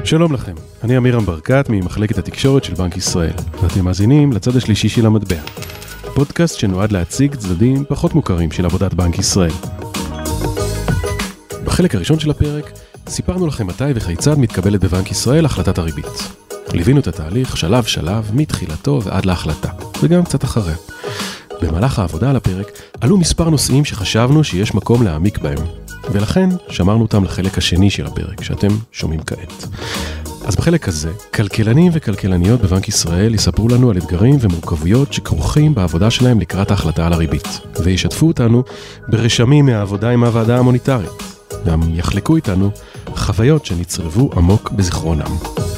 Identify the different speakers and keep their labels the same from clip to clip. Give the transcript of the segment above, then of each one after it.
Speaker 1: שלום לכם, אני אמירם ברקת ממחלקת התקשורת של בנק ישראל, ואתם מאזינים לצד השלישי של המטבע, פודקאסט שנועד להציג צדדים פחות מוכרים של עבודת בנק ישראל. בחלק הראשון של הפרק סיפרנו לכם מתי וכיצד מתקבלת בבנק ישראל החלטת הריבית. ליווינו את התהליך שלב שלב מתחילתו ועד להחלטה, וגם קצת אחריה. במהלך העבודה על הפרק עלו מספר נושאים שחשבנו שיש מקום להעמיק בהם, ולכן שמרנו אותם לחלק השני של הפרק, שאתם שומעים כעת. אז בחלק הזה, כלכלנים וכלכלניות בבנק ישראל יספרו לנו על אתגרים ומורכבויות שכרוכים בעבודה שלהם לקראת ההחלטה על הריבית, וישתפו אותנו ברשמים מהעבודה עם הוועדה המוניטרית. גם יחלקו איתנו חוויות שנצרבו עמוק בזיכרונם.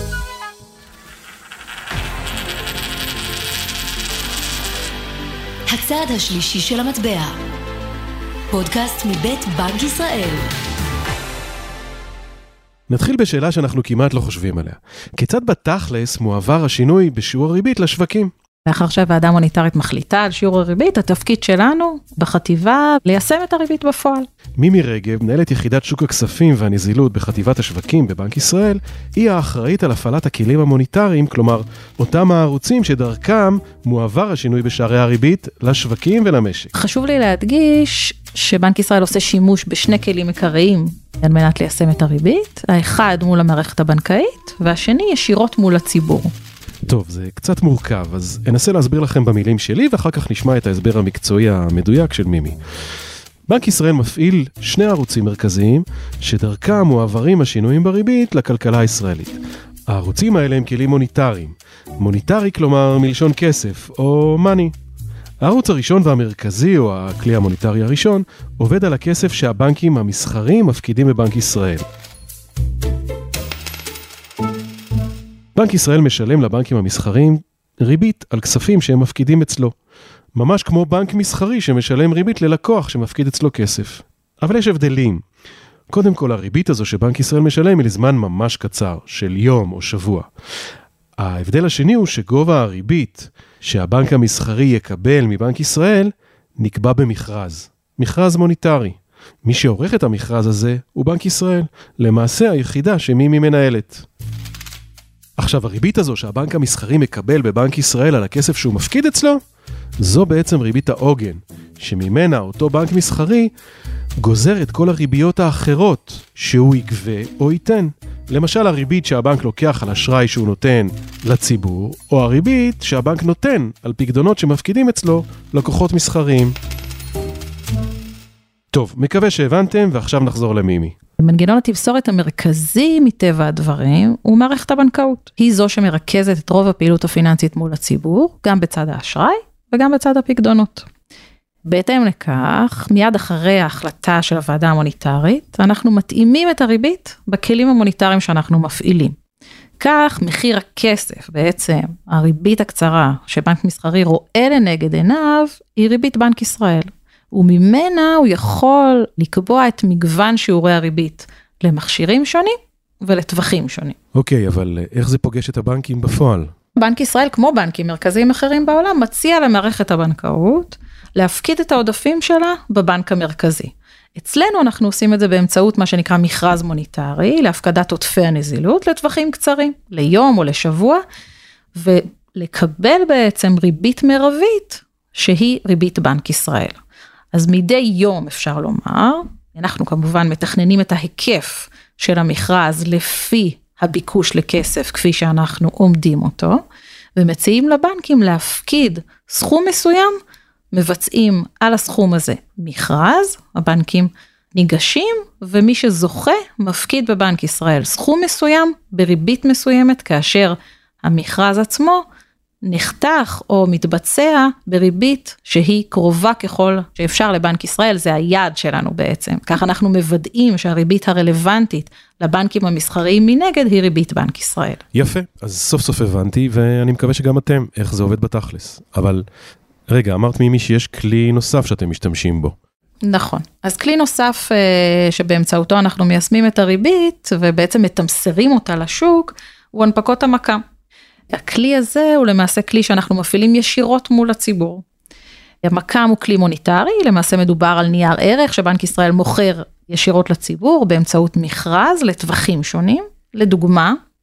Speaker 2: הצד השלישי של המטבע, פודקאסט מבית בנק ישראל.
Speaker 1: נתחיל בשאלה שאנחנו כמעט לא חושבים עליה. כיצד בתכלס מועבר השינוי בשיעור הריבית לשווקים?
Speaker 3: לאחר שהוועדה המוניטרית מחליטה על שיעור הריבית, התפקיד שלנו בחטיבה ליישם את הריבית בפועל.
Speaker 1: מימי רגב, מנהלת יחידת שוק הכספים והנזילות בחטיבת השווקים בבנק ישראל, היא האחראית על הפעלת הכלים המוניטריים, כלומר, אותם הערוצים שדרכם מועבר השינוי בשערי הריבית לשווקים ולמשק.
Speaker 3: חשוב לי להדגיש שבנק ישראל עושה שימוש בשני כלים עיקריים על מנת ליישם את הריבית, האחד מול המערכת הבנקאית, והשני ישירות מול הציבור.
Speaker 1: טוב, זה קצת מורכב, אז אנסה להסביר לכם במילים שלי, ואחר כך נשמע את ההסבר המקצועי המדויק של מימי. בנק ישראל מפעיל שני ערוצים מרכזיים, שדרכם מועברים השינויים בריבית לכלכלה הישראלית. הערוצים האלה הם כלים מוניטריים. מוניטרי כלומר מלשון כסף, או money. הערוץ הראשון והמרכזי, או הכלי המוניטרי הראשון, עובד על הכסף שהבנקים המסחריים מפקידים בבנק ישראל. בנק ישראל משלם לבנקים המסחריים ריבית על כספים שהם מפקידים אצלו. ממש כמו בנק מסחרי שמשלם ריבית ללקוח שמפקיד אצלו כסף. אבל יש הבדלים. קודם כל, הריבית הזו שבנק ישראל משלם היא לזמן ממש קצר, של יום או שבוע. ההבדל השני הוא שגובה הריבית שהבנק המסחרי יקבל מבנק ישראל נקבע במכרז. מכרז מוניטרי. מי שעורך את המכרז הזה הוא בנק ישראל. למעשה היחידה שמימי מנהלת. עכשיו, הריבית הזו שהבנק המסחרי מקבל בבנק ישראל על הכסף שהוא מפקיד אצלו, זו בעצם ריבית העוגן, שממנה אותו בנק מסחרי גוזר את כל הריביות האחרות שהוא יגבה או ייתן. למשל, הריבית שהבנק לוקח על אשראי שהוא נותן לציבור, או הריבית שהבנק נותן על פקדונות שמפקידים אצלו לקוחות מסחריים. טוב, מקווה שהבנתם, ועכשיו נחזור למימי.
Speaker 3: מנגנון התבסורת המרכזי מטבע הדברים הוא מערכת הבנקאות. היא זו שמרכזת את רוב הפעילות הפיננסית מול הציבור, גם בצד האשראי וגם בצד הפקדונות. בהתאם לכך, מיד אחרי ההחלטה של הוועדה המוניטרית, אנחנו מתאימים את הריבית בכלים המוניטריים שאנחנו מפעילים. כך, מחיר הכסף, בעצם הריבית הקצרה שבנק מסחרי רואה לנגד עיניו, היא ריבית בנק ישראל. וממנה הוא יכול לקבוע את מגוון שיעורי הריבית למכשירים שונים ולטווחים שונים.
Speaker 1: אוקיי, אבל איך זה פוגש את הבנקים בפועל?
Speaker 3: בנק ישראל, כמו בנקים מרכזיים אחרים בעולם, מציע למערכת הבנקאות להפקיד את העודפים שלה בבנק המרכזי. אצלנו אנחנו עושים את זה באמצעות מה שנקרא מכרז מוניטרי, להפקדת עודפי הנזילות לטווחים קצרים, ליום או לשבוע, ולקבל בעצם ריבית מרבית שהיא ריבית בנק ישראל. אז מדי יום אפשר לומר, אנחנו כמובן מתכננים את ההיקף של המכרז לפי הביקוש לכסף כפי שאנחנו עומדים אותו, ומציעים לבנקים להפקיד סכום מסוים, מבצעים על הסכום הזה מכרז, הבנקים ניגשים, ומי שזוכה מפקיד בבנק ישראל סכום מסוים, בריבית מסוימת, כאשר המכרז עצמו נחתך או מתבצע בריבית שהיא קרובה ככל שאפשר לבנק ישראל, זה היעד שלנו בעצם. כך אנחנו מוודאים שהריבית הרלוונטית לבנקים המסחריים מנגד היא ריבית בנק ישראל.
Speaker 1: יפה, אז סוף סוף הבנתי, ואני מקווה שגם אתם, איך זה עובד בתכלס. אבל רגע, אמרת מימי שיש כלי נוסף שאתם משתמשים בו.
Speaker 3: נכון. אז כלי נוסף שבאמצעותו אנחנו מיישמים את הריבית, ובעצם מתמסרים אותה לשוק, הוא הנפקות המקם. הכלי הזה הוא למעשה כלי שאנחנו מפעילים ישירות מול הציבור. המקם הוא כלי מוניטרי, למעשה מדובר על נייר ערך שבנק ישראל מוכר ישירות לציבור באמצעות מכרז לטווחים שונים. לדוגמה,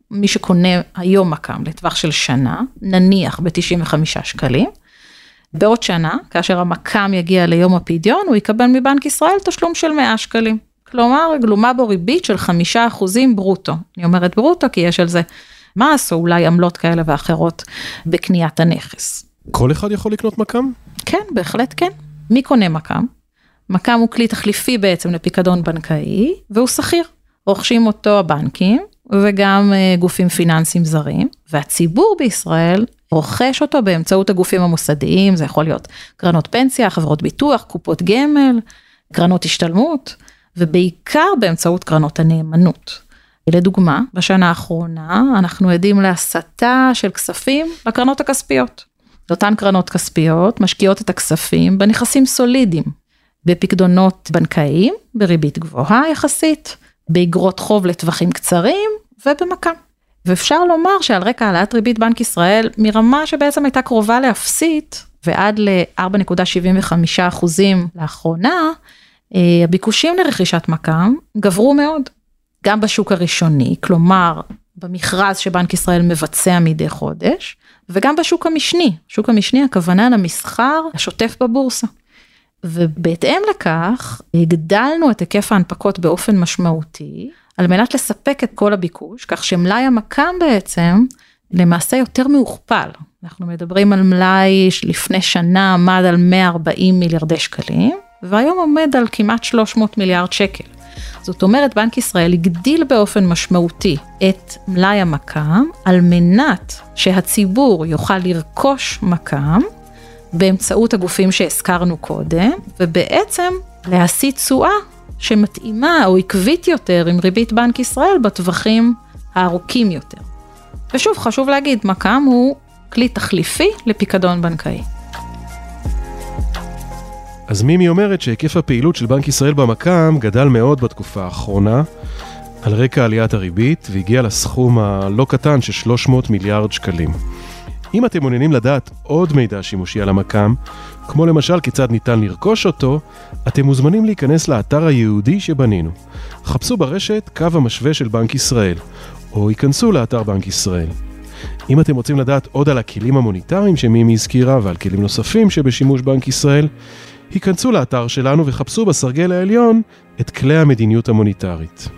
Speaker 3: מי שקונה היום מקם לטווח של שנה, נניח ב-95 שקלים, בעוד שנה, כאשר המקם יגיע ליום הפדיון, הוא יקבל מבנק ישראל תשלום של 100 שקלים. כלומר, גלומה בו ריבית של 5% ברוטו. אני אומרת ברוטו, כי יש על זה מס, או אולי עמלות כאלה ואחרות בקניית הנכס.
Speaker 1: כל אחד יכול לקנות מקם?
Speaker 3: כן, בהחלט כן. מי קונה מקם? מקם הוא כלי תחליפי בעצם לפיקדון בנקאי, והוא שכיר. רוכשים אותו הבנקים, וגם גופים פיננסיים זרים, והציבור בישראל רוכש אותו באמצעות הגופים המוסדיים, זה יכול להיות קרנות פנסיה, חברות ביטוח, קופות גמל, קרנות השתלמות, ובעיקר באמצעות קרנות הנאמנות. לדוגמה, בשנה האחרונה אנחנו עדים להסתה של כספים לקרנות הכספיות. אותן קרנות כספיות משקיעות את הכספים בנכסים סולידיים, בפקדונות בנקאיים, בריבית גבוהה יחסית, באגרות חוב לטווחים קצרים ובמקם. ואפשר לומר שעל רקע העלאת ריבית בנק ישראל, מרמה שבעצם הייתה קרובה להפסית, ועד ל-4.75% לאחרונה, הביקושים לרכישת מקם גברו מאוד. גם בשוק הראשוני, כלומר, במכרז שבנק ישראל מבצע מדי חודש, וגם בשוק המשני. שוק המשני הכוונה למסחר השוטף בבורסה. ובהתאם לכך, הגדלנו את היקף ההנפקות באופן משמעותי, על מנת לספק את כל הביקוש, כך שמלאי המקם בעצם, למעשה יותר מהוכפל. אנחנו מדברים על מלאי לפני שנה עמד על 140 מיליארדי שקלים, והיום עומד על כמעט 300 מיליארד שקל. זאת אומרת, בנק ישראל הגדיל באופן משמעותי את מלאי המקם, על מנת שהציבור יוכל לרכוש מקם, באמצעות הגופים שהזכרנו קודם, ובעצם להשיא תשואה שמתאימה או עקבית יותר עם ריבית בנק ישראל בטווחים הארוכים יותר. ושוב, חשוב להגיד, מקם הוא כלי תחליפי לפיקדון בנקאי.
Speaker 1: אז מימי אומרת שהיקף הפעילות של בנק ישראל במקם גדל מאוד בתקופה האחרונה, על רקע עליית הריבית, והגיע לסכום הלא קטן של 300 מיליארד שקלים. אם אתם מעוניינים לדעת עוד מידע שימושי על המקם, כמו למשל כיצד ניתן לרכוש אותו, אתם מוזמנים להיכנס לאתר הייעודי שבנינו. חפשו ברשת קו המשווה של בנק ישראל, או ייכנסו לאתר בנק ישראל. אם אתם רוצים לדעת עוד על הכלים המוניטריים שמימי הזכירה ועל כלים נוספים שבשימוש בנק ישראל, היכנסו לאתר שלנו וחפשו בסרגל העליון את כלי המדיניות המוניטרית.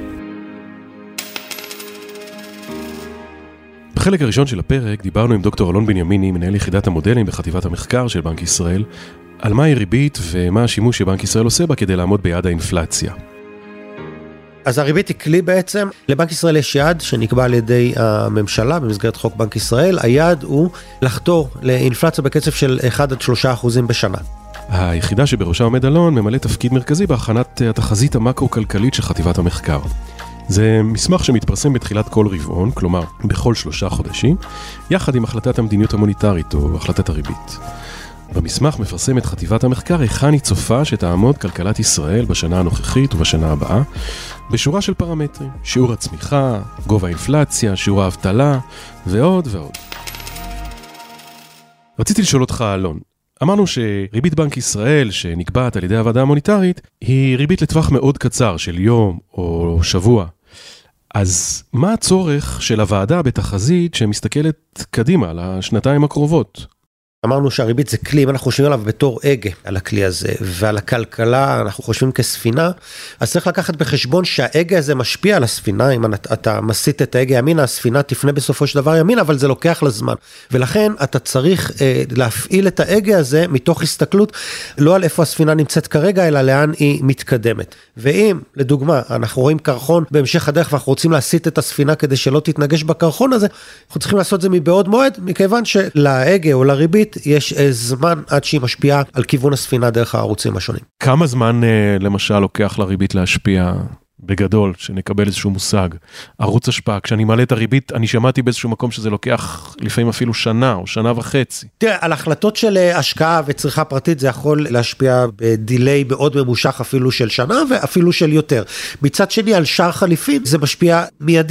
Speaker 1: בחלק הראשון של הפרק דיברנו עם דוקטור אלון בנימיני, מנהל יחידת המודלים בחטיבת המחקר של בנק ישראל, על מהי ריבית ומה השימוש שבנק ישראל עושה בה כדי לעמוד ביעד האינפלציה.
Speaker 4: אז הריבית היא כלי בעצם, לבנק ישראל יש יעד שנקבע על ידי הממשלה במסגרת חוק בנק ישראל, היעד הוא לחתור לאינפלציה בקצב של 1-3% בשנה.
Speaker 1: היחידה שבראשה עומד אלון ממלא תפקיד מרכזי בהכנת התחזית המקרו-כלכלית של חטיבת המחקר. זה מסמך שמתפרסם בתחילת כל רבעון, כלומר בכל 3 חודשים, יחד עם החלטת המדיניות המוניטרית או החלטת הריבית. במסמך מפרסמת חטיבת המחקר היכן היא צופה שתעמוד כלכלת ישראל בשנה הנוכחית ובשנה הבאה, בשורה של פרמטרים, שיעור הצמיחה, גובה האינפלציה, שיעור האבטלה ועוד ועוד. רציתי לשאול אותך, אלון, אמרנו שריבית בנק ישראל שנקבעת על ידי הוועדה המוניטרית היא ריבית לטווח מאוד קצר של יום או שבוע. אז מה הצורך של הוועדה בתחזית שמסתכלת קדימה לשנתיים הקרובות?
Speaker 4: אמרנו שהריבית זה כלי, אם אנחנו חושבים עליו בתור אגה על הכלי הזה, ועל הכלכלה אנחנו חושבים כספינה, אז צריך לקחת בחשבון שהאגה הזה משפיע על הספינה, אם אתה מסית את האגה ימינה, הספינה תפנה בסופו של דבר ימינה, אבל זה לוקח לזמן, ולכן אתה צריך להפעיל את האגה הזה מתוך הסתכלות, לא על איפה הספינה נמצאת כרגע, אלא לאן היא מתקדמת. ואם, לדוגמה, אנחנו רואים קרחון בהמשך הדרך, ואנחנו רוצים להסיט את הספינה כדי שלא תתנגש בקרחון הזה, אנחנו צריכים לעשות זה מבעוד מועד, מכיוון שלאגה או לריבית יש זמן עד שהיא משפיעה על כיוון הספינה דרך הערוצים השונים.
Speaker 1: כמה זמן למשל לוקח לריבית להשפיע בגדול, שנקבל איזשהו מושג? ערוץ השפעה, כשאני מעלה את הריבית, אני שמעתי באיזשהו מקום שזה לוקח לפעמים אפילו שנה או שנה וחצי.
Speaker 4: תראה, על החלטות של השקעה וצריכה פרטית זה יכול להשפיע בדילי מאוד ממושך אפילו של שנה ואפילו של יותר. מצד שני, על שער חליפין זה משפיע מיידית.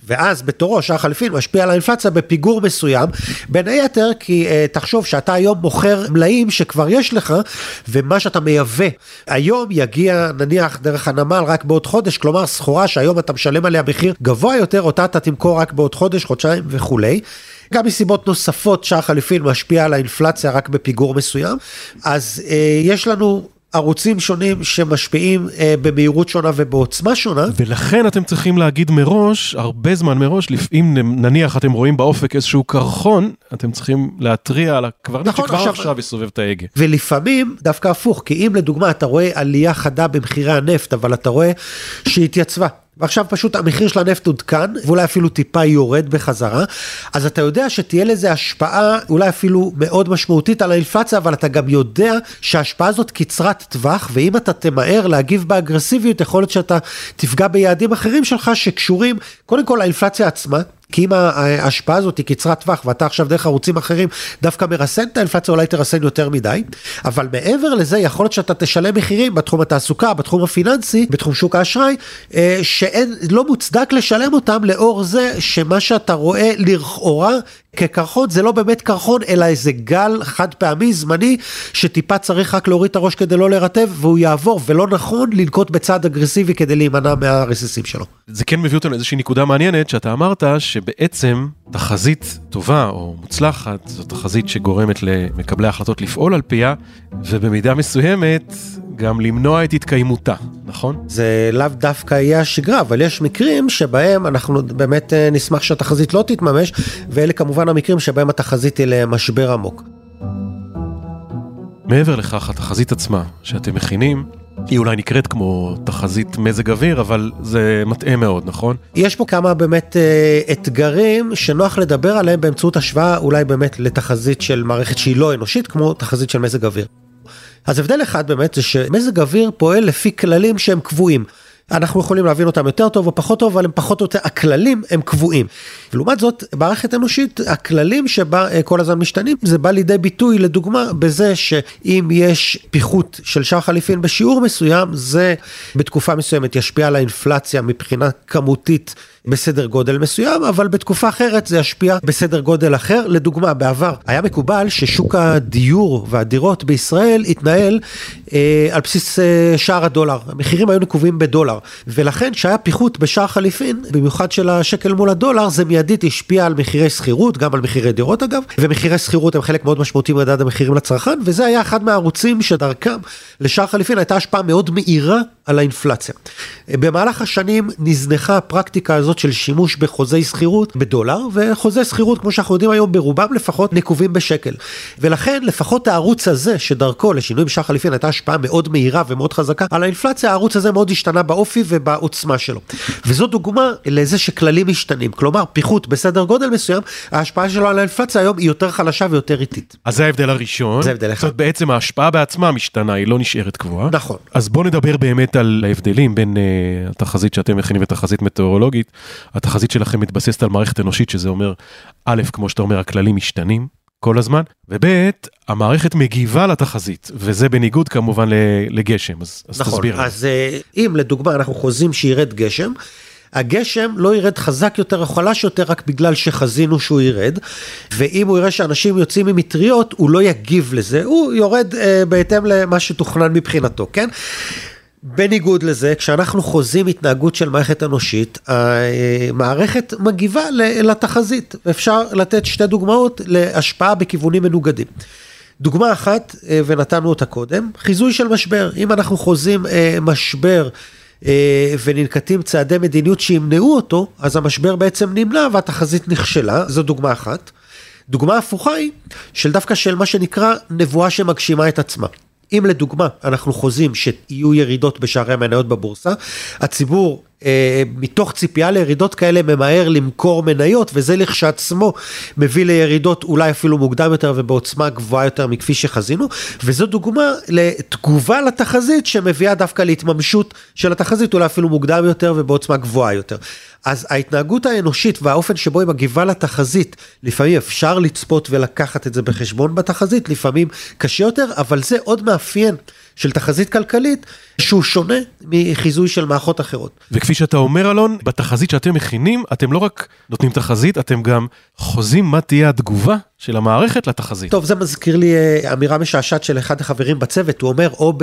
Speaker 4: ואז בתורו שער חליפין משפיע על האינפלציה בפיגור מסוים, בין היתר כי תחשוב שאתה היום מוכר מלאים שכבר יש לך, ומה שאתה מייבא היום יגיע נניח דרך הנמל רק בעוד חודש, כלומר סחורה שהיום אתה משלם עליה מחיר גבוה יותר, אותה אתה תמכור רק בעוד חודש, חודשיים וכולי. גם מסיבות נוספות שער חליפין משפיע על האינפלציה רק בפיגור מסוים, אז יש לנו ערוצים שונים שמשפיעים במהירות שונה ובעוצמה שונה.
Speaker 1: ולכן אתם צריכים להגיד מראש, הרבה זמן מראש, אם נניח אתם רואים באופק איזשהו קרחון, אתם צריכים להטריע על הקברניט נכון, שכבר עכשיו יסובב את ההגה.
Speaker 4: ולפעמים דווקא הפוך, כי אם לדוגמה אתה רואה עלייה חדה במחירי הנפט, אבל אתה רואה שהתייצבה, ועכשיו פשוט המחיר של הנפט עודכן, ואולי אפילו טיפה יורד בחזרה, אז אתה יודע שתהיה לזה השפעה, אולי אפילו מאוד משמעותית על האינפלציה, אבל אתה גם יודע שההשפעה הזאת קצרת טווח, ואם אתה תמהר להגיב באגרסיביות, יכול להיות שאתה תפגע ביעדים אחרים שלך, שקשורים קודם כל לאינפלציה עצמה, כי אם ההשפעה הזאת היא קצרת טווח, ואתה עכשיו דרך ערוצים אחרים דווקא מרסן את האינפלציה, אולי תרסן יותר מדי, אבל מעבר לזה יכול להיות שאתה תשלם מחירים בתחום התעסוקה, בתחום הפיננסי, בתחום שוק האשראי, שלא מוצדק לשלם אותם לאור זה שמה שאתה רואה לכאורה כקרחון, זה לא באמת קרחון, אלא איזה גל חד פעמי, זמני, שטיפה צריך רק להוריד את הראש כדי לא לרטב, והוא יעבור, ולא נכון לנקוט בצעד אגרסיבי כדי להימנע מהרסיסים שלו.
Speaker 1: זה כן מביא אותנו לאיזושהי נקודה מעניינת, שאתה אמרת שבעצם תחזית טובה או מוצלחת, זו תחזית שגורמת למקבלי ההחלטות לפעול על פיה, ובמידה מסוימת גם למנוע את התקיימותה, נכון?
Speaker 4: זה לאו דווקא יהיה השגרה, אבל יש מקרים שבהם אנחנו באמת נשמח שהתחזית לא תתממש, ואלה כמובן המקרים שבהם התחזית היא למשבר עמוק.
Speaker 1: מעבר לכך, התחזית עצמה שאתם מכינים, היא אולי נקראת כמו תחזית מזג אוויר, אבל זה מטעה מאוד, נכון?
Speaker 4: יש פה כמה באמת אתגרים שנוח לדבר עליהם באמצעות השוואה, אולי באמת לתחזית של מערכת שהיא לא אנושית, כמו תחזית של מזג אוויר. אז הבדל אחד באמת זה שמזג אוויר פועל לפי כללים שהם קבועים. אנחנו יכולים להבין אותם יותר טוב או פחות טוב, אבל הם פחות או יותר, הכללים הם קבועים. ולעומת זאת, מערכת אנושית, הכללים שבה כל הזמן משתנים, זה בא לידי ביטוי, לדוגמה, בזה שאם יש פיחות של שער חליפין בשיעור מסוים, זה בתקופה מסוימת ישפיע על האינפלציה מבחינה כמותית בסדר גודל מסוים, אבל בתקופה אחרת זה ישפיע בסדר גודל אחר. לדוגמה, בעבר היה מקובל ששוק הדיור והדירות בישראל התנהל על בסיס שער הדולר. המחירים היו נקובים בדולר, ולכן שהיה פיחות בשער חליפין, במיוחד של השקל מול הדולר, זה מיידית השפיע על מחירי שכירות, גם על מחירי דירות אגב, ומחירי שכירות הם חלק מאוד משמעותי מדד המחירים לצרכן, וזה היה אחד מהערוצים שדרכם לשער חליפין הייתה השפעה מאוד מהירה על האינפלציה. במהלך השנים נזנחה הפרקטיקה הזאת של שימוש בחוזי שכירות בדולר, וחוזי שכירות, כמו שאנחנו יודעים היום, ברובם לפחות נקובים בשקל. ולכן, לפחות הערוץ הזה, שדרכו לשינוי בשער חליפין, הייתה השפעה מאוד מהירה ומאוד חזקה על האינפלציה, הערוץ הזה מאוד השתנה באופי ובעוצמה שלו. וזו דוגמה לזה שכללים משתנים. כלומר, פיחות בסדר גודל מסוים, ההשפעה שלו על האינפלציה היום היא יותר חלשה ויותר איטית.
Speaker 1: אז זה ההבדל הראשון.
Speaker 4: זה ההבדל אחד.
Speaker 1: זאת בעצם ההשפעה בעצמה משתנה, היא לא נשארת קבועה.
Speaker 4: נכון.
Speaker 1: אז בוא נדבר באמת על ההבדלים בין התחזית שאתם מכינים ותחזית מטאורולוגית. התחזית שלכם מתבססת על מערכת אנושית, שזה אומר, א', כמו שאתה אומר, הכללים משתנים כל הזמן, וב', המערכת מגיבה לתחזית, וזה בניגוד כמובן לגשם, אז
Speaker 4: נכון,
Speaker 1: תסביר.
Speaker 4: אז אם לדוגמה אנחנו חוזים שירד גשם, הגשם לא ירד חזק יותר או חלש יותר רק בגלל שחזינו שהוא ירד, ואם הוא יראה שאנשים יוצאים ממטריות, הוא לא יגיב לזה, הוא יורד בהתאם למה שתוכנן מבחינתו, כן? בניגוד לזה, כשאנחנו חוזים התנהגות של מערכת אנושית, המערכת מגיבה לתחזית, ואפשר לתת שתי דוגמאות להשפעה בכיוונים מנוגדים. דוגמה אחת, ונתנו אותה קודם, חיזוי של משבר. אם אנחנו חוזים משבר וננקטים צעדי מדיניות שימנעו אותו, אז המשבר בעצם נמנע והתחזית נכשלה, זו דוגמה אחת. דוגמה הפוכה היא של דווקא של מה שנקרא נבואה שמגשימה את עצמה. אם לדוגמה אנחנו חוזים שיהיו ירידות בשערי המניות בבורסה, הציבור מתוך ציפייה לירידות כאלה ממהר למכור מניות, וזה לכשעצמו מביא לירידות אולי אפילו מוקדם יותר ובעוצמה גבוהה יותר מכפי שחזינו, וזו דוגמה לתגובה לתחזית שמביאה דווקא להתממשות של התחזית אולי אפילו מוקדם יותר ובעוצמה גבוהה יותר. אז ההתנהגות האנושית והאופן שבו היא מגיבה לתחזית, לפעמים אפשר לצפות ולקחת את זה בחשבון בתחזית, לפעמים קשה יותר, אבל זה עוד מאפיין של תחזית כלכלית, שהוא שונה מחיזוי של מערכות אחרות.
Speaker 1: וכפי שאתה אומר, אלון, בתחזית שאתם מכינים, אתם לא רק נותנים תחזית, אתם גם חוזים מה תהיה התגובה של המערכת לתחזית.
Speaker 4: טוב, זה מזכיר לי אמירה משעשעת של אחד החברים בצוות, הוא אומר, או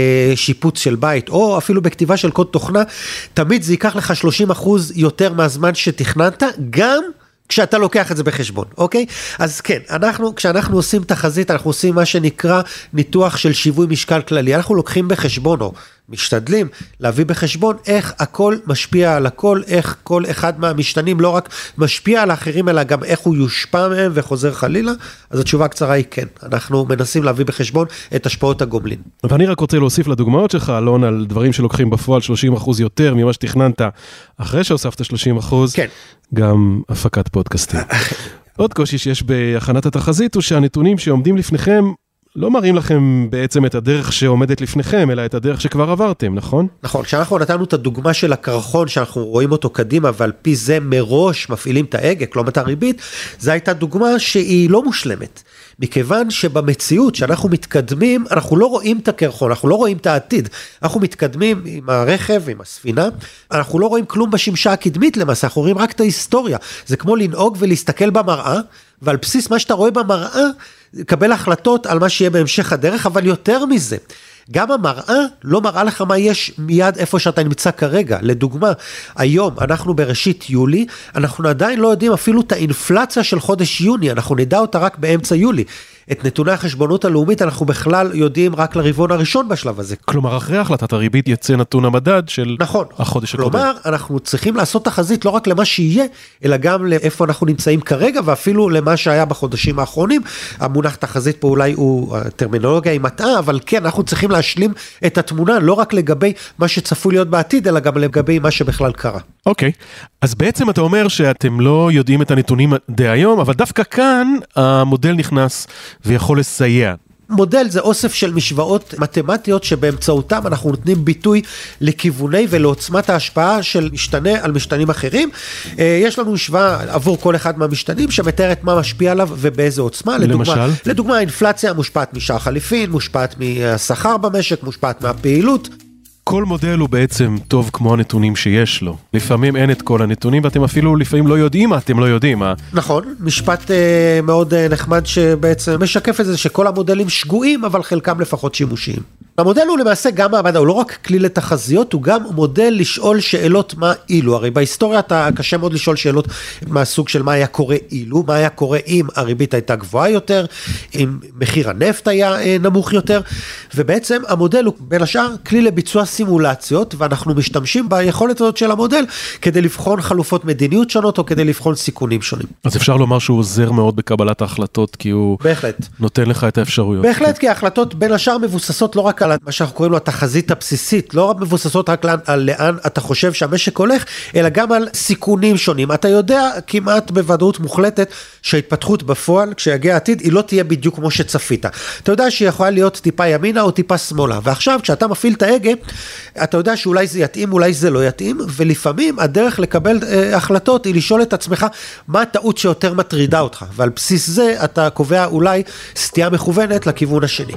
Speaker 4: בשיפוץ של בית, או אפילו בכתיבה של קוד תוכנה, תמיד זה ייקח לך 30% יותר מהזמן שתכננת, גם כשאתה לוקח את זה בחשבון, אוקיי? אז כן, כשאנחנו עושים תחזית, אנחנו עושים מה שנקרא ניתוח של שיווי משקל כללי, אנחנו לוקחים בחשבון, או משתדלים להביא בחשבון איך הכל משפיע על הכל, איך כל אחד מהמשתנים לא רק משפיע על האחרים, אלא גם איך הוא יושפע מהם וחוזר חלילה. אז התשובה הקצרה היא כן, אנחנו מנסים להביא בחשבון את השפעות הגומלין.
Speaker 1: ואני רק רוצה להוסיף לדוגמאות שלך, אלון, על דברים שלוקחים בפועל 30% יותר ממה שתכננת, אחרי שהוספת 30%,
Speaker 4: כן.
Speaker 1: גם הפקת פודקאסטים. עוד קושי שיש בהכנת התחזית הוא שהנתונים שעומדים לפניכם לא מראים לכם בעצם את הדרך שעומדת לפניכם, אלא את הדרך שכבר עברתם, נכון?
Speaker 4: נכון, כשאנחנו נתנו את הדוגמה של הקרחון, שאנחנו רואים אותו קדימה, ועל פי זה מראש מפעילים את ההגה, כלומר את הריבית, זו הייתה דוגמה שהיא לא מושלמת. מכיוון שבמציאות שאנחנו מתקדמים, אנחנו לא רואים את הקרחון, אנחנו לא רואים את העתיד, אנחנו מתקדמים עם הרכב, עם הספינה, אנחנו לא רואים כלום בשמשה הקדמית למעשה, אנחנו רואים רק את ההיסטוריה, זה כמו לנהוג ולהסתכל במראה, ועל בסיס מה שאתה רואה במראה, קבל החלטות על מה שיהיה בהמשך הדרך, אבל יותר מזה, גם המראה לא מראה לך מה יש מיד איפה שאתה נמצא כרגע. לדוגמה, היום אנחנו בראשית יולי, אנחנו עדיין לא יודעים אפילו את האינפלציה של חודש יוני, אנחנו נדע אותה רק באמצע יולי. את נתוני החשבונות הלאומית אנחנו בכלל יודעים רק לרבעון הראשון בשלב הזה.
Speaker 1: כלומר, אחרי החלטת הריבית יצא נתון המדד של
Speaker 4: נכון.
Speaker 1: החודש הקודם.
Speaker 4: כלומר, אנחנו צריכים לעשות תחזית לא רק למה שיהיה, אלא גם לאיפה אנחנו נמצאים כרגע, ואפילו למה שהיה בחודשים האחרונים. המונח תחזית פה אולי הוא, הטרמינולוגיה היא מטעה, אבל כן, אנחנו צריכים להשלים את התמונה, לא רק לגבי מה שצפוי להיות בעתיד, אלא גם לגבי מה שבכלל קרה.
Speaker 1: אוקיי, אז בעצם אתה אומר שאתם לא יודעים את הנתונים די היום, אבל דווקא כאן המודל נכנס ויכול לסייע.
Speaker 4: מודל זה אוסף של משוואות מתמטיות שבאמצעותם אנחנו נותנים ביטוי לכיווני ולעוצמת ההשפעה של משתנה על משתנים אחרים. יש לנו משוואה עבור כל אחד מהמשתנים שמתארת מה משפיע עליו ובאיזה עוצמה.
Speaker 1: למשל?
Speaker 4: לדוגמה, האינפלציה מושפעת משער חליפין, מושפעת מהשכר במשק, מושפעת מהפעילות.
Speaker 1: כל מודל הוא בעצם טוב כמו הנתונים שיש לו. לפעמים אין את כל הנתונים, ואתם אפילו לפעמים לא יודעים מה אתם לא יודעים.
Speaker 4: נכון, משפט מאוד נחמד שבעצם משקף את זה שכל המודלים שגויים, אבל חלקם לפחות שימושיים. המודל הוא למעשה גם מעבדה, הוא לא רק כלי לתחזיות, הוא גם מודל לשאול שאלות מה אילו. הרי בהיסטוריה אתה קשה מאוד לשאול שאלות מהסוג של מה היה קורה אילו, מה היה קורה אם הריבית הייתה גבוהה יותר, אם מחיר הנפט היה נמוך יותר, ובעצם המודל הוא בין השאר כלי לביצוע סימולציות, ואנחנו משתמשים ביכולת הזאת של המודל כדי לבחון חלופות מדיניות שונות, או כדי לבחון סיכונים שונים.
Speaker 1: אז אפשר לומר שהוא עוזר מאוד בקבלת ההחלטות, כי הוא
Speaker 4: בהחלט.
Speaker 1: נותן לך את האפשרויות.
Speaker 4: בהחלט, כי ההחלטות בין השאר מבוססות לא רק על מה שאנחנו קוראים לו התחזית הבסיסית, לא רק מבוססות רק על לאן אתה חושב שהמשק הולך, אלא גם על סיכונים שונים. אתה יודע כמעט בוודאות מוחלטת שההתפתחות בפועל, כשיגיע העתיד, היא לא תהיה בדיוק כמו שצפית. אתה יודע שהיא יכולה להיות טיפה ימינה או טיפה שמאלה, ועכשיו כשאתה מפעיל את ההגה, אתה יודע שאולי זה יתאים, אולי זה לא יתאים, ולפעמים הדרך לקבל החלטות היא לשאול את עצמך מה הטעות שיותר מטרידה אותך, ועל בסיס זה אתה קובע אולי סטייה מכוונת לכיוון השני.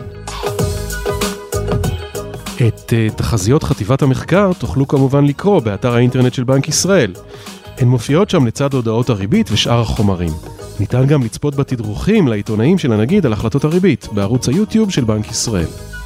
Speaker 1: את תחזיות חטיבת המחקר תוכלו כמובן לקרוא באתר האינטרנט של בנק ישראל. הן מופיעות שם לצד הודעות הריבית ושאר החומרים. ניתן גם לצפות בתדרוכים לעיתונאים של הנגיד על החלטות הריבית בערוץ היוטיוב של בנק ישראל.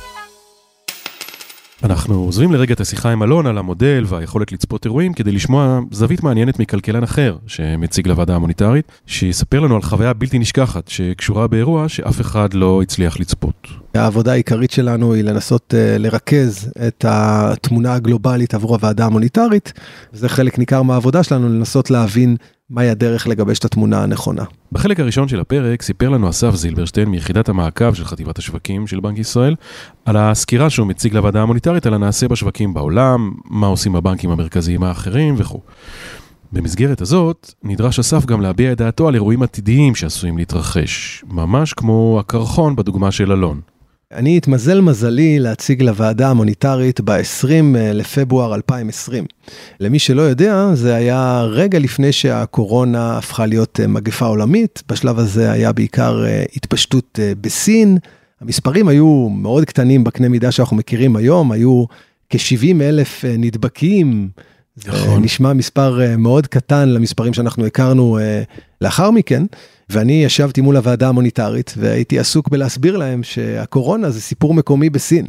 Speaker 1: אנחנו עוזבים לרגע את השיחה עם אלון על המודל והיכולת לצפות אירועים כדי לשמוע זווית מעניינת מכלכלן אחר שמציג לוועדה המוניטרית, שיספר לנו על חוויה בלתי נשכחת שקשורה באירוע שאף אחד לא הצליח לצפות.
Speaker 5: העבודה העיקרית שלנו היא לנסות לרכז את התמונה הגלובלית עבור הוועדה המוניטרית, וזה חלק ניכר מהעבודה שלנו לנסות להבין מהי הדרך לגבש את התמונה הנכונה.
Speaker 1: בחלק הראשון של הפרק סיפר לנו אסף זילברשטיין מיחידת המעקב של חטיבת השווקים של בנק ישראל, על הסקירה שהוא מציג לוועדה המוניטרית על הנעשה בשווקים בעולם, מה עושים הבנקים המרכזיים האחרים וכו'. במסגרת הזאת נדרש אסף גם להביע את דעתו על אירועים עתידיים שעשויים להתרחש, ממש כמו הקרחון בדוגמה של אלון.
Speaker 5: אני התמזל מזלי להציג לוועדה המוניטרית ב-20 לפברואר 2020. למי שלא יודע, זה היה רגע לפני שהקורונה הפכה להיות מגפה עולמית. בשלב הזה היה בעיקר התפשטות בסין. המספרים היו מאוד קטנים בקנה מידה שאנחנו מכירים היום, היו כ-70,000 נדבקים, נכון. נשמע מספר מאוד קטן למספרים שאנחנו הכרנו לאחר מכן, ואני ישבתי מול הוועדה המוניטרית, והייתי עסוק בלהסביר להם שהקורונה זה סיפור מקומי בסין.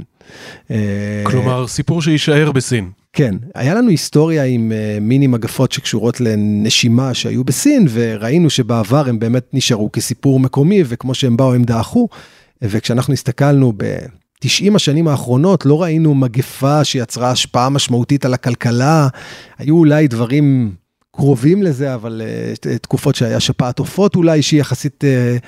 Speaker 1: כלומר, סיפור שישאר בסין.
Speaker 5: כן, היה לנו היסטוריה עם מיני מגפות שקשורות לנשימה שהיו בסין, וראינו שבעבר הם באמת נשארו כסיפור מקומי, וכמו שהם באו הם דאחו, וכשאנחנו הסתכלנו ב-90 השנים האחרונות, לא ראינו מגפה שיצרה השפעה משמעותית על הכלכלה, היו אולי דברים קרובים לזה, אבל תקופות שהיה שפעת עופות אולי שהיא יחסית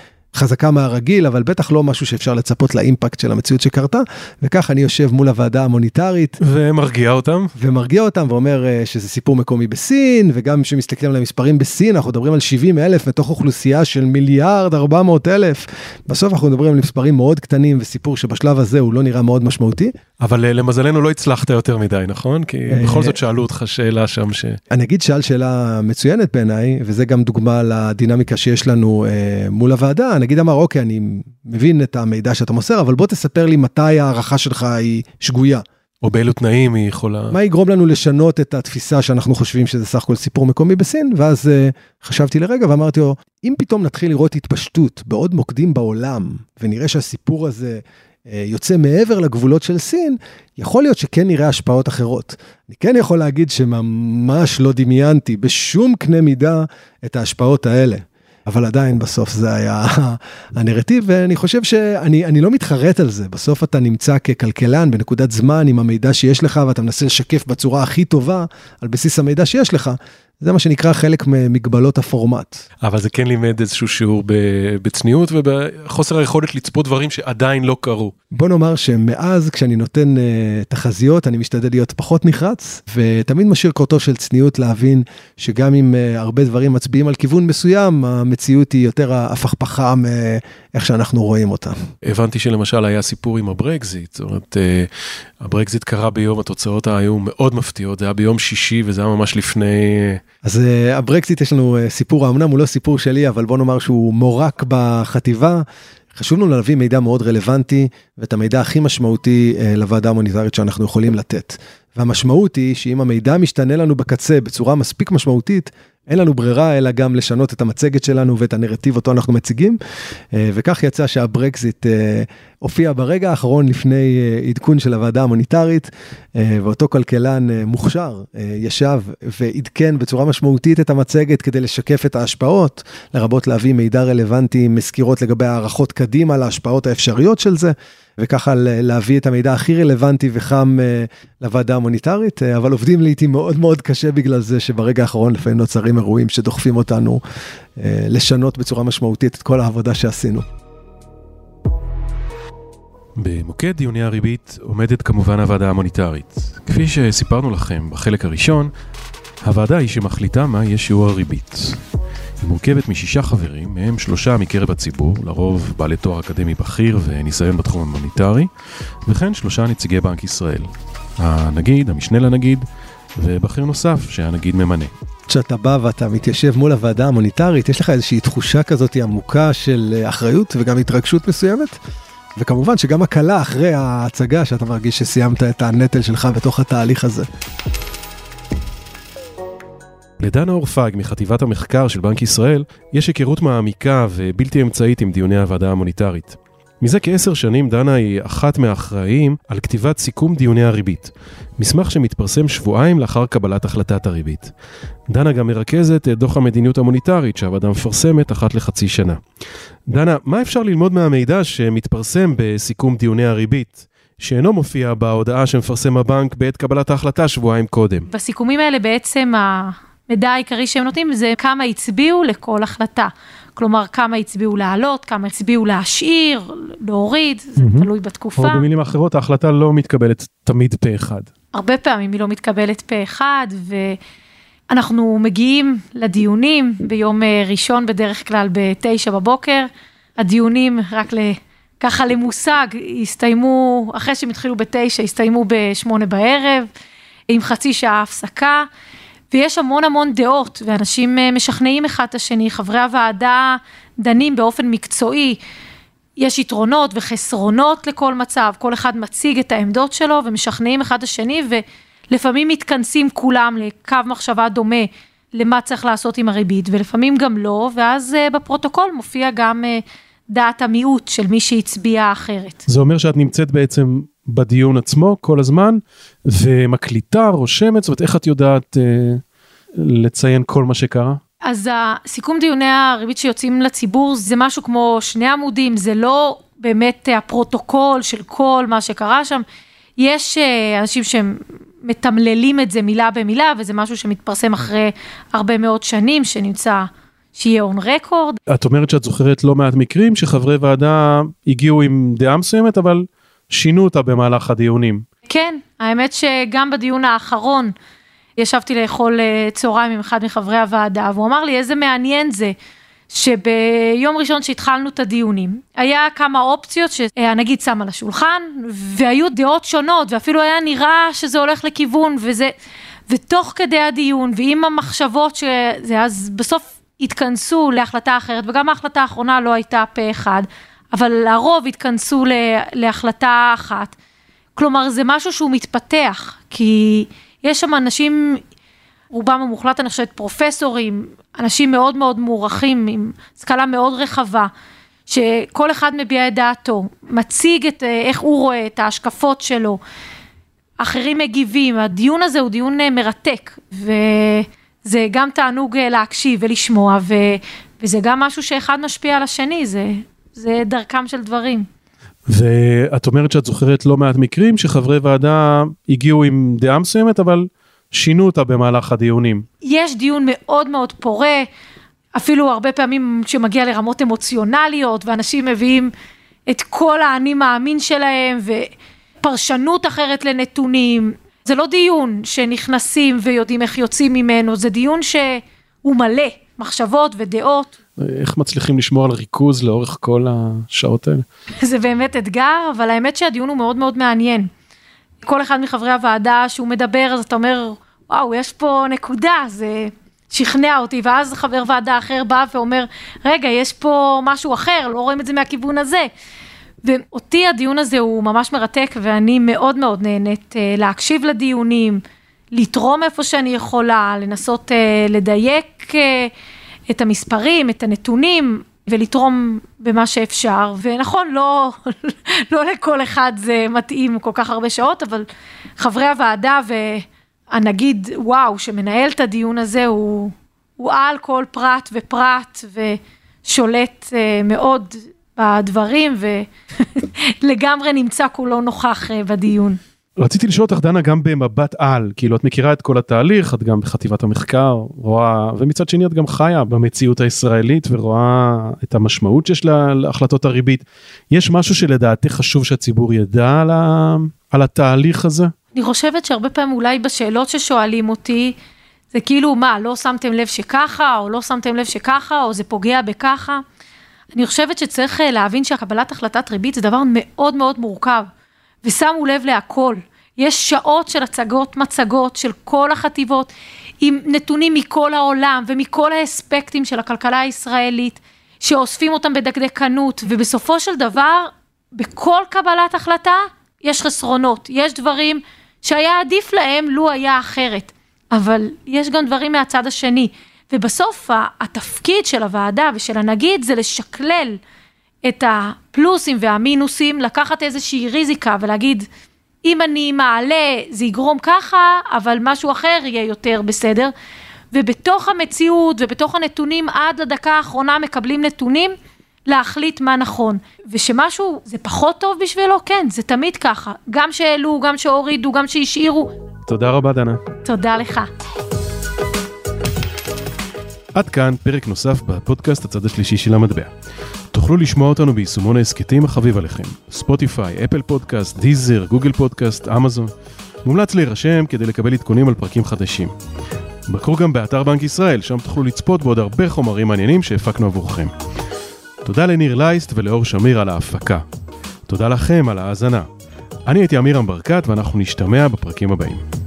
Speaker 5: חזקה מהרגיל, אבל בטח לא משהו שאפשר לצפות לאימפקט של המציאות שקרתה, וכך אני יושב מול הוועדה המוניטרית.
Speaker 1: ומרגיע אותם.
Speaker 5: ומרגיע אותם, ואומר שזה סיפור מקומי בסין, וגם שמסתכלים על המספרים בסין, אנחנו מדברים על 70,000 מתוך אוכלוסייה של 1,400,000,000. בסוף אנחנו מדברים על מספרים מאוד קטנים, וסיפור שבשלב הזה הוא לא נראה מאוד משמעותי.
Speaker 1: אבל למזלנו לא הצלחת יותר מדי, נכון? כי בכל זאת שאלו אותך שאלה שם
Speaker 5: אני אגיד שאלה מצוינת בעיניי, וזה גם דוגמה לדינמיקה שיש לנו מול הוועדה. נגיד אמר, אוקיי, אני מבין את המידע שאתה מוסר, אבל בוא תספר לי מתי הערכה שלך היא שגויה.
Speaker 1: או באילו תנאים היא יכולה...
Speaker 5: מה יגרום לנו לשנות את התפיסה שאנחנו חושבים שזה סך הכל סיפור מקומי בסין, ואז חשבתי לרגע ואמרתי לו, אם פתאום נתחיל לראות התפשטות בעוד מוקדים בעולם, ונראה שהסיפור הזה יוצא מעבר לגבולות של סין, יכול להיות שכן נראה השפעות אחרות. אני כן יכול להגיד שממש לא דמיינתי בשום קנה מידה את ההשפעות האלה. אבל עדיין בסוף זה היה הנרטיב, ואני חושב שאני לא מתחרט על זה. בסוף אתה נמצא ככלכלן בנקודת זמן עם המידע שיש לך, ואתה מנסה לשקף בצורה הכי טובה על בסיס המידע שיש לך. זה מה שנקרא חלק ממגבלות הפורמט.
Speaker 1: אבל זה כן לימד איזשהו שיעור בצניעות ובחוסר היכולת לצפות דברים שעדיין לא קרו.
Speaker 5: בוא נאמר שמאז כשאני נותן תחזיות, אני משתדל להיות פחות נחרץ, ותמיד משאיר קורטוב של צניעות להבין שגם אם הרבה דברים מצביעים על כיוון מסוים, המציאות היא יותר הפכפכה מאיך שאנחנו רואים אותה.
Speaker 1: הבנתי שלמשל היה סיפור עם הברקזיט, זאת אומרת, הברקזיט קרה ביום, התוצאות היו מאוד מפתיעות, זה היה ביום שישי וזה היה ממש לפני...
Speaker 5: אז הברקזיט יש לנו סיפור, האמנם הוא לא סיפור שלי, אבל בוא נאמר שהוא מורק בחטיבה, חשוב לנו להביא מידע מאוד רלוונטי, ואת המידע הכי משמעותי לוועדה המוניטרית שאנחנו יכולים לתת. והמשמעות היא שאם המידע משתנה לנו בקצה בצורה מספיק משמעותית, אין לנו ברירה אלא גם לשנות את המצגת שלנו ואת הנרטיב אותו אנחנו מציגים, וכך יצא שהברקזיט הופיע ברגע האחרון לפני עדכון של הוועדה המוניטרית, ואותו כלכלן מוכשר ישב ועדכן בצורה משמעותית את המצגת כדי לשקף את ההשפעות, לרבות להביא מידע רלוונטי, מסקירות לגבי הערכות קדימה להשפעות האפשריות של זה, וככה להביא את המידע הכי רלוונטי וחם לוועדה המוניטרית, אבל עובדים לעתים מאוד מאוד קשה בגלל זה שברגע האחרון לפעמים נוצרים אירועים שדוחפים אותנו לשנות בצורה משמעותית את כל העבודה שעשינו.
Speaker 1: במוקד דיוני הריבית עומדת כמובן הוועדה המוניטרית. כפי שסיפרנו לכם בחלק הראשון, הוועדה היא שמחליטה מה יהיה שיעור הריבית. היא מורכבת מ6 חברים, מהם 3 מקרב הציבור, לרוב בעלי תואר אקדמי בכיר וניסיון בתחום המוניטרי, וכן 3 נציגי בנק ישראל. הנגיד, המשנה לנגיד, ובכיר נוסף שהנגיד ממנה.
Speaker 5: כשאתה בא ואתה מתיישב מול הוועדה המוניטרית, יש לך איזושהי תחושה כזאת עמוקה של אחריות וגם התרגשות מסוימת, וכמובן שגם הקלה אחרי ההצגה שאתה מרגיש שסיימת את הנטל שלך בתוך התהליך הזה.
Speaker 1: לדנה אורפג מחטיבת המחקר של בנק ישראל יש היכרות מעמיקה ובלתי אמצעית עם דיוני הוועדה המוניטרית. מזה כ10 שנים דנה היא אחת מהאחראים על כתיבת סיכום דיוני הריבית, מסמך שמתפרסם שבועיים לאחר קבלת החלטת הריבית. דנה גם מרכזת את דוח המדיניות המוניטרית שהוועדה מפרסמת אחת לחצי שנה. דנה, מה אפשר ללמוד מהמידע שמתפרסם בסיכום דיוני הריבית, שאינו מופיע בהודעה שמפרסם הבנק בעת קבלת ההחלטה שבועיים קודם?
Speaker 3: בסיכומים האלה בעצם המידע העיקרי שהם נותנים זה כמה הצביעו לכל החלטה. כלומר, כמה הצביעו לעלות, כמה הצביעו להשאיר, להוריד, זה תלוי בתקופה.
Speaker 1: או במילים אחרות, ההחלטה לא מתקבלת תמיד פה אחד.
Speaker 3: הרבה פעמים היא לא מתקבלת פה אחד, ואנחנו מגיעים לדיונים ביום ראשון, בדרך כלל ב9 בבוקר. הדיונים, רק ככה למושג, הסתיימו, אחרי שהם התחילו ב9, הסתיימו ב8 בערב, עם חצי שעה הפסקה, ויש המון דעות, ואנשים משכנעים אחד את השני, חברי הוועדה דנים באופן מקצועי, יש יתרונות וחסרונות לכל מצב, כל אחד מציג את העמדות שלו ומשכנעים אחד השני, ולפעמים מתכנסים כולם לקו מחשבה דומה למה צריך לעשות עם הריבית, ולפעמים גם לא, ואז בפרוטוקול מופיע גם דעת המיעוט של מי שהצביע אחרת.
Speaker 1: זה אומר שאת נמצאת בעצם בדיון עצמו כל הזמן, ומקליטה, רושמת, זאת אומרת, איך את יודעת לציין כל מה שקרה?
Speaker 3: אז הסיכום דיוני הריבית שיוצאים לציבור, זה משהו כמו 2 עמודים, זה לא באמת הפרוטוקול של כל מה שקרה שם, יש אנשים שמתמללים את זה מילה במילה, וזה משהו שמתפרסם אחרי הרבה מאוד שנים, שנמצא שיהיה on record.
Speaker 1: את אומרת שאת זוכרת לא מעט מקרים, שחברי ועדה הגיעו עם דעה מסוימת, אבל שינו אותה במהלך הדיונים.
Speaker 3: כן, האמת שגם בדיון האחרון, ישבתי לאכול צהריים עם אחד מחברי הוועדה, והוא אמר לי איזה מעניין זה, שביום ראשון שהתחלנו את הדיונים, היה כמה אופציות שהנגיד שם על השולחן, והיו דעות שונות, ואפילו היה נראה שזה הולך לכיוון, ותוך כדי הדיון, ועם המחשבות שזה, אז בסוף התכנסו להחלטה אחרת, וגם ההחלטה האחרונה לא הייתה פה אחד, אבל הרוב התכנסו להחלטה אחת. כלומר, זה משהו שהוא מתפתח, כי יש שם אנשים, רובם המוחלט, אני חושבת, פרופסורים, אנשים מאוד מאוד מוערכים, עם סקלה מאוד רחבה, שכל אחד מביע את דעתו, מציג את איך הוא רואה את ההשקפות שלו, אחרים מגיבים, הדיון הזה הוא דיון מרתק, וזה גם תענוג להקשיב ולשמוע, וזה גם משהו שאחד משפיע על השני, זה דרכם של דברים.
Speaker 1: ואת אומרת שאת זוכרת לא מעט מקרים, שחברי ועדה הגיעו עם דעה מסוימת, אבל שינו אותה במהלך הדיונים.
Speaker 3: יש דיון מאוד מאוד פורה, אפילו הרבה פעמים שמגיע לרמות אמוציונליות, ואנשים מביאים את כל האני מאמין שלהם, ופרשנות אחרת לנתונים. זה לא דיון שנכנסים ויודעים איך יוצאים ממנו, זה דיון שהוא מלא מחשבות ודעות.
Speaker 1: איך מצליחים לשמור על ריכוז לאורך כל השעות האלה? זה
Speaker 3: באמת אתגר, אבל האמת שהדיון הוא מאוד מאוד מעניין. כל אחד מחברי הוועדה שהוא מדבר, אז אתה אומר, וואו, יש פה נקודה, זה שכנע אותי, ואז חבר ועדה אחר בא ואומר, רגע, יש פה משהו אחר, לא רואים את זה מהכיוון הזה. ואותי הדיון הזה הוא ממש מרתק, ואני מאוד מאוד נהנית להקשיב לדיונים, לתרום איפה שאני יכולה, לנסות לדייק את המספרים, את הנתונים, ולתרום במה שאפשר, ונכון, לא לכל אחד זה מתאים כל כך הרבה שעות, אבל חברי הוועדה והנגיד, וואו, שמנהל את הדיון הזה, הוא על כל פרט ופרט, ושולט מאוד בדברים, ולגמרי נמצא כולו נוכח בדיון.
Speaker 1: רציתי לשאול אותך, דנה, גם במבט על, כאילו את מכירה את כל התהליך, את גם בחטיבת המחקר, רואה, ומצד שני את גם חיה במציאות הישראלית, ורואה את המשמעות שיש להחלטות הריבית. יש משהו שלדעתי חשוב שהציבור ידע על התהליך הזה?
Speaker 3: אני חושבת שהרבה פעמים אולי בשאלות ששואלים אותי, זה כאילו מה, לא שמתם לב שככה, או לא שמתם לב שככה, או זה פוגע בככה. אני חושבת שצריך להבין שהקבלת החלטת ריבית זה דבר מאוד מאוד מורכב. ושמו לב להכל. יש שעות של מצגות של כל החטיבות, עם נתונים מכל העולם, ומכל האספקטים של הכלכלה הישראלית, שאוספים אותם בדקדקנות, ובסופו של דבר, בכל קבלת החלטה, יש חסרונות, יש דברים שהיה עדיף להם, לו היה אחרת, אבל יש גם דברים מהצד השני, ובסוף התפקיד של הוועדה ושל הנגיד, זה לשקלל את הפלוסים והמינוסים, לקחת איזושהי ריזיקה ולהגיד, אם אני מעלה זה יגרום ככה, אבל משהו אחר יהיה יותר בסדר, ובתוך המציאות ובתוך הנתונים עד לדקה האחרונה מקבלים נתונים, להחליט מה נכון, ושמשהו זה פחות טוב בשבילו, כן, זה תמיד ככה, גם שאלו, גם שהורידו, גם שהשאירו.
Speaker 1: תודה רבה דנה.
Speaker 3: תודה לך.
Speaker 1: עד כאן פרק נוסף בפודקאסט הצד השלישי של המטבע. תוכלו לשמוע אותנו ביישומון העסקתים החביב עליכם, ספוטיפיי, אפל פודקאסט, דיזר, גוגל פודקאסט, אמזון. מומלץ להירשם כדי לקבל עדכונים על פרקים חדשים. בקרו גם באתר בנק ישראל, שם תוכלו לצפות בעוד הרבה חומרים מעניינים שהפקנו עבורכם. תודה לניר לייסט ולאור שמיר על ההפקה. תודה לכם על ההאזנה. אני הייתי אמירם ברקת ואנחנו נשתמע בפרקים הבאים.